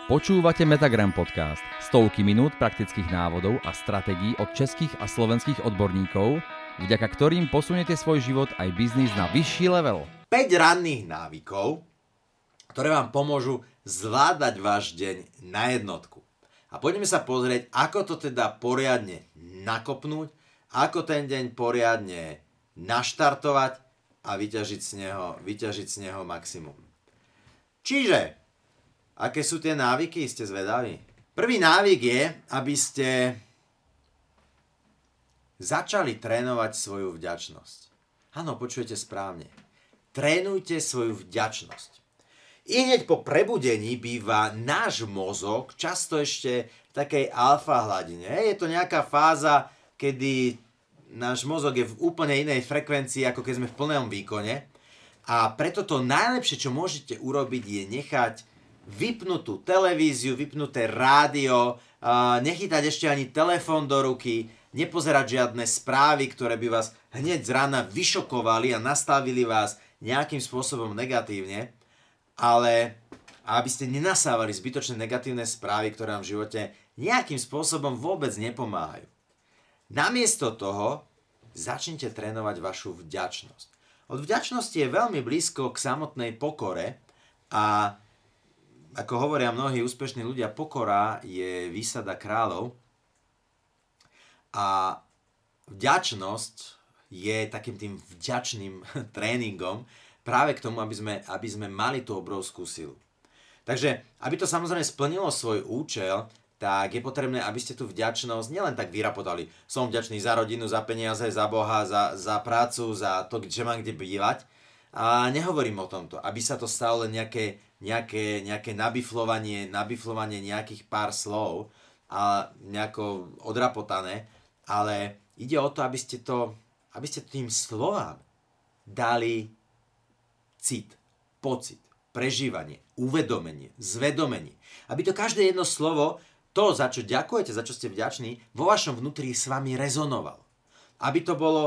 Počúvate Metagram podcast. Stovky minút praktických návodov a stratégií od českých a slovenských odborníkov, vďaka ktorým posuniete svoj život aj biznis na vyšší level. 5 ranných návykov, ktoré vám pomôžu zvládať váš deň na jednotku. A poďme sa pozrieť, ako to teda poriadne nakopnúť, ako ten deň poriadne naštartovať a vyťažiť z neho maximum. Čiže aké sú tie návyky? Ste zvedaví? Prvý návyk je, aby ste začali trénovať svoju vďačnosť. Áno, počujete správne. Trénujte svoju vďačnosť. I hneď po prebudení býva náš mozog často ešte v takej alfa hladine. Je to nejaká fáza, kedy náš mozog je v úplne inej frekvencii, ako keď sme v plnom výkone. A preto to najlepšie, čo môžete urobiť, je nechať vypnutú televíziu, vypnuté rádio, nechytať ešte ani telefón do ruky, nepozerať žiadne správy, ktoré by vás hneď z rána vyšokovali a nastavili vás nejakým spôsobom negatívne, ale aby ste nenasávali zbytočné negatívne správy, ktoré vám v živote nejakým spôsobom vôbec nepomáhajú. Namiesto toho začnite trénovať vašu vďačnosť. Od vďačnosti je veľmi blízko k samotnej pokore a ako hovoria mnohí úspešní ľudia, pokora je výsada kráľov a vďačnosť je takým tým vďačným tréningom práve k tomu, aby sme mali tú obrovskú silu. Takže, aby to samozrejme splnilo svoj účel, tak je potrebné, aby ste tú vďačnosť nielen tak vyrapotali. Som vďačný za rodinu, za peniaze, za Boha, za prácu, za to, že mám kde bývať. A nehovorím o tomto, aby sa to stalo len nejaké nabiflovanie nejakých pár slov a nejako odrapotané, ale ide o to, aby ste tým slovám dali cit, pocit, prežívanie, uvedomenie, zvedomenie. Aby to každé jedno slovo, to, za čo ďakujete, za čo ste vďační, vo vašom vnútri s vami rezonovalo. Aby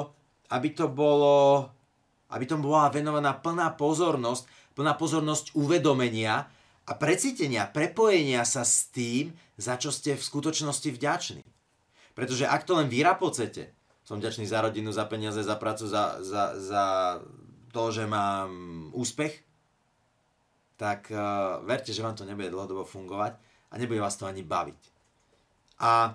tomu bola venovaná plná pozornosť uvedomenia a precítenia, prepojenia sa s tým, za čo ste v skutočnosti vďační. Pretože ak to len vyrapocete, som vďačný za rodinu, za peniaze, za prácu, za to, že mám úspech, tak verte, že vám to nebude dlhodobo fungovať a nebude vás to ani baviť. A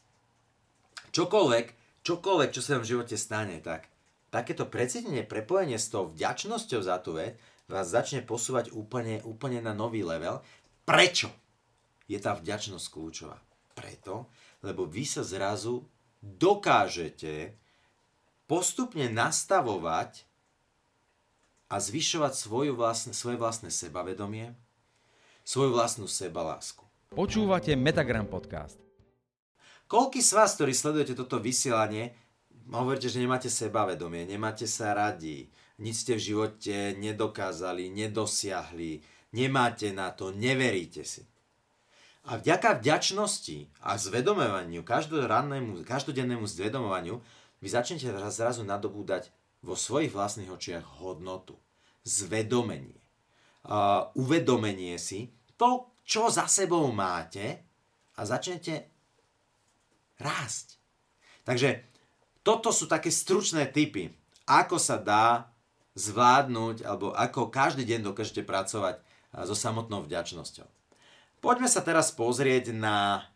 čokoľvek, čo sa vám v živote stane, tak takéto precítenie, prepojenie s tou vďačnosťou za tú vec vás začne posúvať úplne na nový level. Prečo je tá vďačnosť kľúčová? Preto, lebo vy sa zrazu dokážete postupne nastavovať a zvyšovať svoje vlastné sebavedomie, svoju vlastnú sebalásku. Počúvate Metagram podcast. Koľký z vás, ktorí sledujete toto vysielanie, hovoríte, že nemáte sebavedomie, nemáte sa radi, nič ste v živote nedokázali, nedosiahli, nemáte na to, neveríte si. A vďaka vďačnosti a zvedomovaniu, každodennému zvedomovaniu, vy začnete zrazu nadobúdať vo svojich vlastných očiach hodnotu, zvedomenie, uvedomenie si to, čo za sebou máte a začnete rásť. Takže toto sú také stručné tipy, ako sa dá zvládnuť, alebo ako každý deň dokážete pracovať so samotnou vďačnosťou. Poďme sa teraz pozrieť na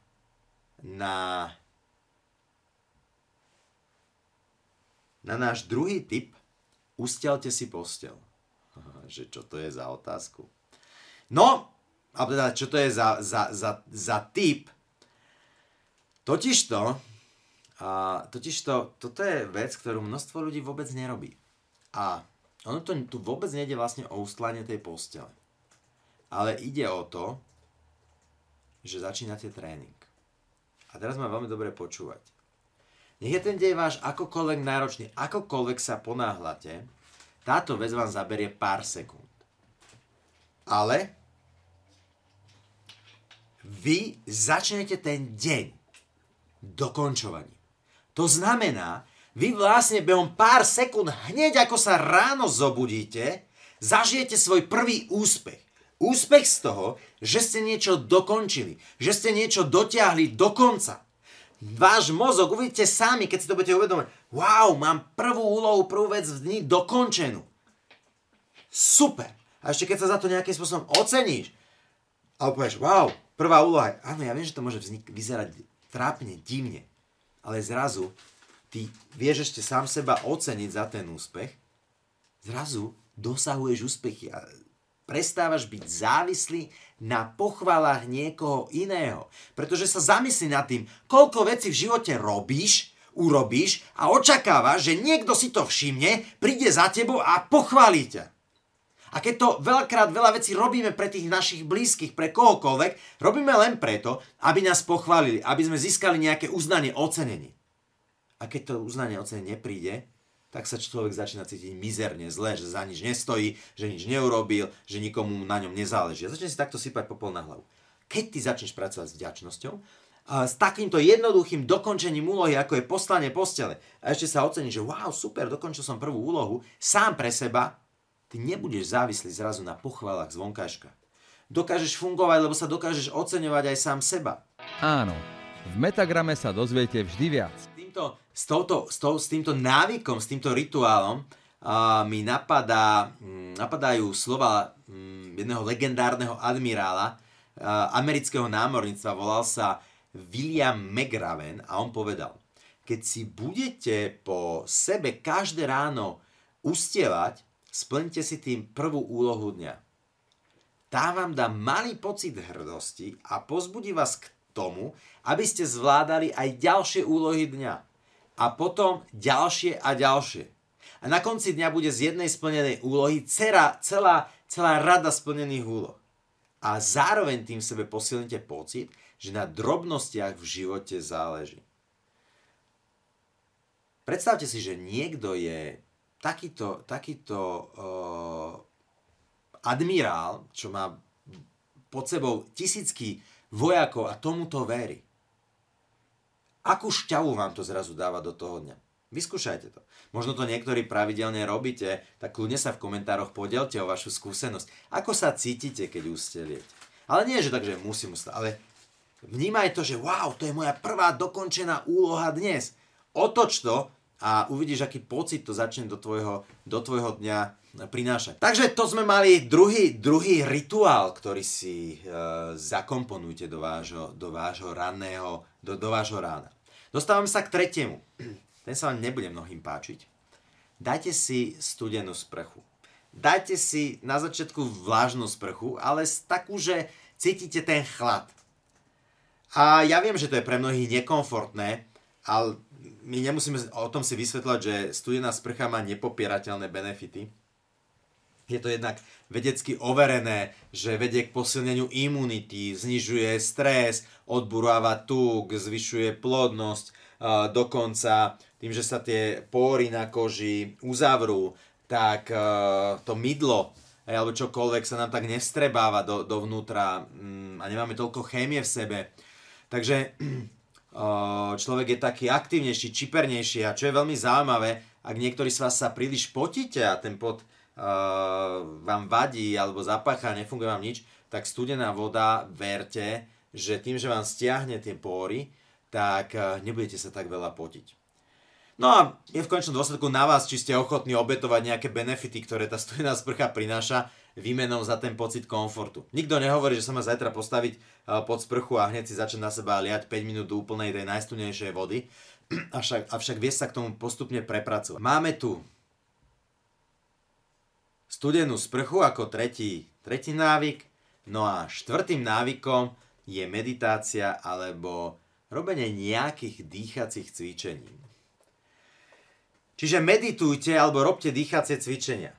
náš druhý tip. Ustielte si posteľ. Že čo to je za otázku? No, alebo teda, čo to je za tip? Totižto, toto je vec, ktorú množstvo ľudí vôbec nerobí. A ono to tu vôbec nejde vlastne o ustlanie tej postele. Ale ide o to, že začínate tréning. A teraz ma veľmi dobre počúvať. Nech je ten deň váš akokoľvek náročný, akokoľvek sa ponáhľate, táto vec vám zaberie pár sekúnd. Ale vy začnete ten deň dokončovaním. To znamená, vy vlastne behom pár sekúnd, hneď ako sa ráno zobudíte, zažijete svoj prvý úspech. Úspech z toho, že ste niečo dokončili, že ste niečo dotiahli do konca. Váš mozog, uvidíte sami, keď si to budete uvedomať, wow, mám prvú úlohu, prvú vec v dni dokončenú. Super. A ešte keď sa za to nejakým spôsobom oceníš, alebo povieš, wow, prvá úloha, áno, ja viem, že to môže vyzerať trápne, divne, ale zrazu ty vieš ešte sám seba oceniť za ten úspech, zrazu dosahuješ úspechy a prestávaš byť závislý na pochválach niekoho iného. Pretože sa zamyslí nad tým, koľko vecí v živote urobíš a očakávaš, že niekto si to všimne, príde za tebou a pochválí ťa. A keď to veľa vecí robíme pre tých našich blízkych, pre kohokoľvek, robíme len preto, aby nás pochválili, aby sme získali nejaké uznanie, ocenenie. A keď to uznanie, ocenenie nepríde, tak sa človek začína cítiť mizerne, zle, že za nič nestojí, že nič neurobil, že nikomu na ňom nezáleží. A začne si takto sypať popol na hlavu. Keď ty začneš pracovať s vďačnosťou, s takýmto jednoduchým dokončením úlohy, ako je poslanie postele, a ešte sa ocení, že wow, super, dokončil som prvú úlohu, sám pre seba, ty nebudeš závislý zrazu na pochválach zvonkažka. Dokážeš fungovať, lebo sa dokážeš oceňovať aj sám seba. Áno, v Metagrame sa dozviete vždy viac. S týmto návykom, s týmto rituálom mi napadajú slova jedného legendárneho admirála amerického námorníctva, volal sa William McRaven a on povedal, keď si budete po sebe každé ráno ustievať, splňte si tým prvú úlohu dňa. Tá vám dá malý pocit hrdosti a povzbudí vás k tomu, aby ste zvládali aj ďalšie úlohy dňa. A potom ďalšie a ďalšie. A na konci dňa bude z jednej splnenej úlohy celá rada splnených úloh. A zároveň tým sebe posilnite pocit, že na drobnostiach v živote záleží. Predstavte si, že niekto je takýto admirál, čo má pod sebou tisícky vojakov a tomuto verí. Akú šťavu vám to zrazu dáva do toho dňa? Vyskúšajte to. Možno to niektorí pravidelne robíte, tak kľudne sa v komentároch podielte o vašu skúsenosť. Ako sa cítite, keď usteliete? Ale nie, že tak, že musím ustať, ale vnímaj to, že wow, to je moja prvá dokončená úloha dnes. Otoč to a uvidíš, aký pocit to začne do tvojho dňa prinášať. Takže to sme mali druhý rituál, ktorý si zakomponujte do vášho rána. Dostávame sa k tretiemu. Ten sa vám nebude mnohým páčiť. Dajte si studenú sprchu. Dajte si na začiatku vlážnu sprchu, ale takú, že cítite ten chlad. A ja viem, že to je pre mnohých nekomfortné, ale my nemusíme o tom si vysvetľať, že studená sprcha má nepopierateľné benefity. Je to jednak vedecky overené, že vedie k posilneniu imunity, znižuje stres, odburáva tuk, zvyšuje plodnosť, dokonca tým, že sa tie pory na koži uzavrú, tak to mydlo alebo čokoľvek sa nám tak nevstrebáva dovnútra a nemáme toľko chémie v sebe. Takže človek je taký aktívnejší, čipernejší a čo je veľmi zaujímavé, ak niektorí z vás sa príliš potíte a ten pot vám vadí alebo zapácha, nefunguje vám nič, tak studená voda, verte, že tým, že vám stiahne tie pory, tak nebudete sa tak veľa potiť. No a je v konečnom dôsledku na vás, či ste ochotní obetovať nejaké benefity, ktoré tá studená sprcha prináša výmenou za ten pocit komfortu. Nikto nehovorí, že sa má zajtra postaviť pod sprchu a hneď si začať na seba liať 5 minút do úplnej tej najstudenejšej vody, avšak vie sa k tomu postupne prepracovať. Máme tu studenú sprchu ako tretí návyk, no a štvrtým návykom je meditácia alebo robenie nejakých dýchacích cvičení. Čiže meditujte alebo robte dýchacie cvičenia.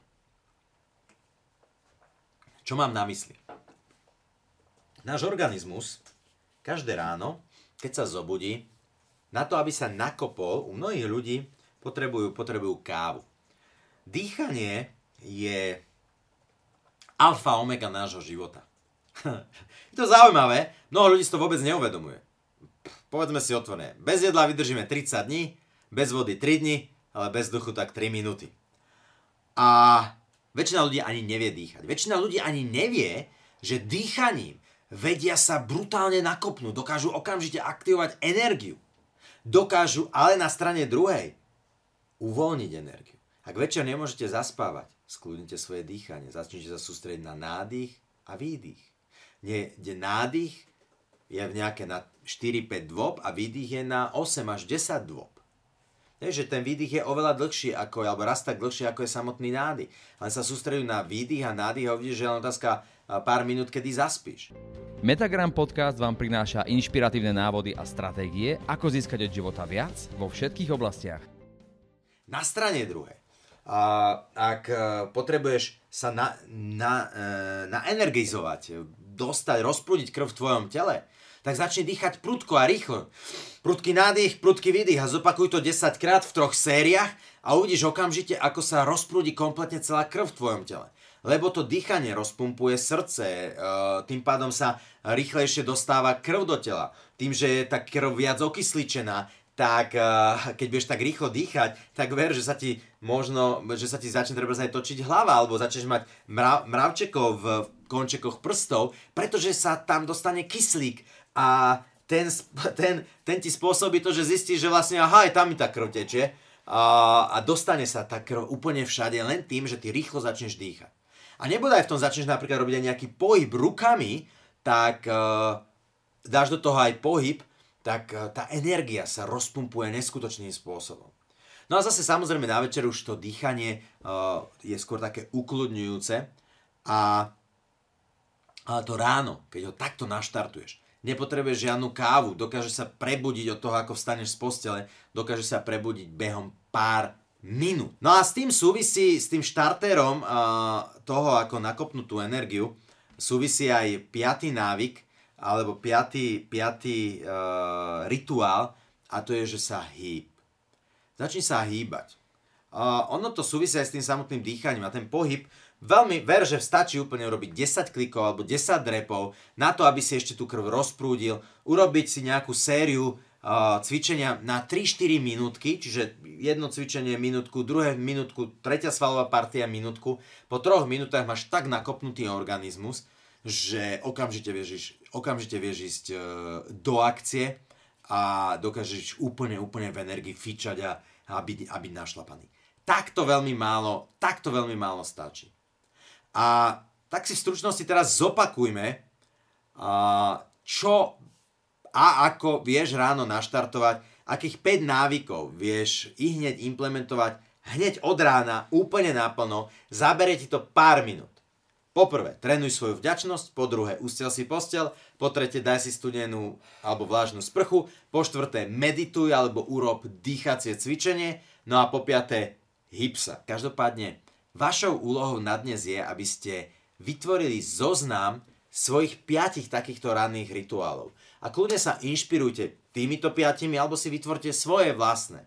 Čo mám na mysli? Náš organizmus každé ráno, keď sa zobudí, na to, aby sa nakopol, u mnohých ľudí potrebujú kávu. Dýchanie je alfa omega nášho života. Je to zaujímavé, mnoho ľudí si to vôbec neuvedomuje. Povedzme si otvorene, bez jedla vydržíme 30 dní, bez vody 3 dní, ale bez vzduchu tak 3 minúty. A väčšina ľudí ani nevie dýchať. Väčšina ľudí ani nevie, že dýchaním vedia sa brutálne nakopnúť, dokážu okamžite aktivovať energiu. Dokážu ale na strane druhej uvoľniť energiu. Ak večer nemôžete zaspávať, skľudnite svoje dýchanie, začnite sa sústrediť na nádych a výdych. Kde nádych je v nejaké na 4-5 dôb a výdych je na 8 až 10 dôb. Že ten výdych je oveľa dlhší, alebo raz tak dlhší, ako je samotný nádych. Len sa sústredujú na výdych a nádych a uvidíš, že je len otázka pár minút, kedy zaspíš. Metagram podcast vám prináša inšpiratívne návody a stratégie, ako získať od života viac vo všetkých oblastiach. Na strane druhej, ak potrebuješ sa naenergizovať, dostať, rozprúdiť krv v tvojom tele, tak začni dýchať prudko a rýchlo. Prudký nádych, prudký výdych a zopakuj to 10 krát v 3 sériách a uvidíš okamžite, ako sa rozprúdi kompletne celá krv v tvojom tele. Lebo to dýchanie rozpumpuje srdce, tým pádom sa rýchlejšie dostáva krv do tela. Tým, že je tá krv viac okysličená, tak keď budeš tak rýchlo dýchať, tak ver, že sa ti začne treba aj točiť hlava, alebo začneš mať mravčekov v končekoch prstov, pretože sa tam dostane kyslík a ten ti spôsobí to, že zistíš, že vlastne aj tam mi tá krv tečie a dostane sa tá krv úplne všade len tým, že ty rýchlo začneš dýchať. A nebodaj v tom začneš napríklad robiť aj nejaký pohyb rukami, tak dáš do toho aj pohyb, tak tá energia sa rozpumpuje neskutočným spôsobom. No a zase samozrejme na večer už to dýchanie je skôr také ukludňujúce a to ráno, keď ho takto naštartuješ, nepotrebuješ žiadnu kávu, dokáže sa prebudiť od toho, ako vstaneš z postele, dokáže sa prebudiť behom pár minút. No a s tým súvisí, s tým štartérom toho, ako nakopnúť tú energiu, súvisí aj 5. návyk, alebo 5. rituál, a to je, že sa hýb. Začni sa hýbať. Ono to súvisí aj s tým samotným dýchaním a ten pohyb, veľmi ver, že stačí úplne urobiť 10 klikov alebo 10 repov na to, aby si ešte tú krv rozprúdil, urobiť si nejakú sériu cvičenia na 3-4 minútky, čiže jedno cvičenie minútku, druhé minútku, tretia svalová partia minútku. Po 3 minútach máš tak nakopnutý organizmus, že okamžite vieš ísť do akcie a dokážeš úplne v energii fičať a byť našlapaný. Takto veľmi málo stačí. A tak si v stručnosti teraz zopakujme, čo a ako vieš ráno naštartovať, akých 5 návykov vieš i hneď implementovať hneď od rána, úplne naplno, zabere ti to pár minút. Po prvé, trénuj svoju vďačnosť, po druhé, ustiel si posteľ, po tretie, daj si studenú alebo vlážnu sprchu, po štvrté, medituj alebo urob dýchacie cvičenie, no a po piaté, hyb sa. Každopádne, vašou úlohou na dnes je, aby ste vytvorili zoznam svojich 5 takýchto ranných rituálov. A kľudne sa inšpirujte týmito 5 alebo si vytvorte svoje vlastné.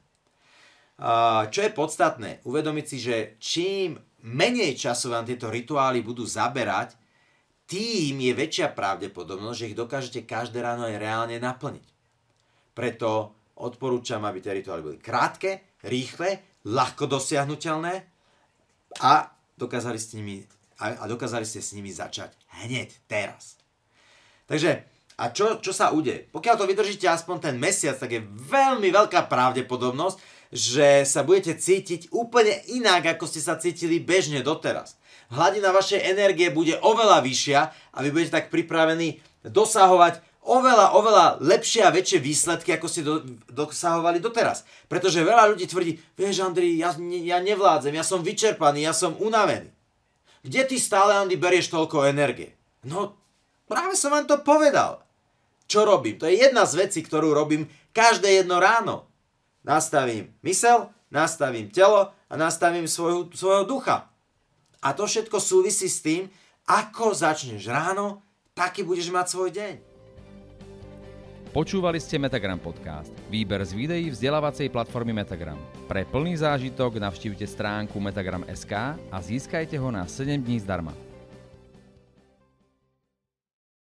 Čo je podstatné, uvedomiť si, že čím menej času vám tieto rituály budú zaberať, tým je väčšia pravdepodobnosť, že ich dokážete každé ráno aj reálne naplniť. Preto odporúčam, aby tie rituály boli krátke, rýchle, ľahko dosiahnuteľné a dokázali ste s nimi začať hneď teraz. Takže, a čo sa udeje? Pokiaľ to vydržíte aspoň ten mesiac, tak je veľmi veľká pravdepodobnosť, že sa budete cítiť úplne inak, ako ste sa cítili bežne doteraz. Hladina vašej energie bude oveľa vyššia a vy budete tak pripravení dosahovať oveľa lepšie a väčšie výsledky, ako ste dosahovali doteraz. Pretože veľa ľudí tvrdí, vieš Andri, ja nevládzem, ja som vyčerpaný, ja som unavený. Kde ty stále, Andy, berieš toľko energie? No, práve som vám to povedal. Čo robím? To je jedna z vecí, ktorú robím každé jedno ráno. Nastavím mysel, nastavím telo a nastavím svojho ducha. A to všetko súvisí s tým, ako začneš ráno, taký budeš mať svoj deň. Počúvali ste Metagram podcast, výber z videí vzdelávacej platformy Metagram. Pre plný zážitok navštívte stránku metagram.sk a získajte ho na 7 dní zdarma.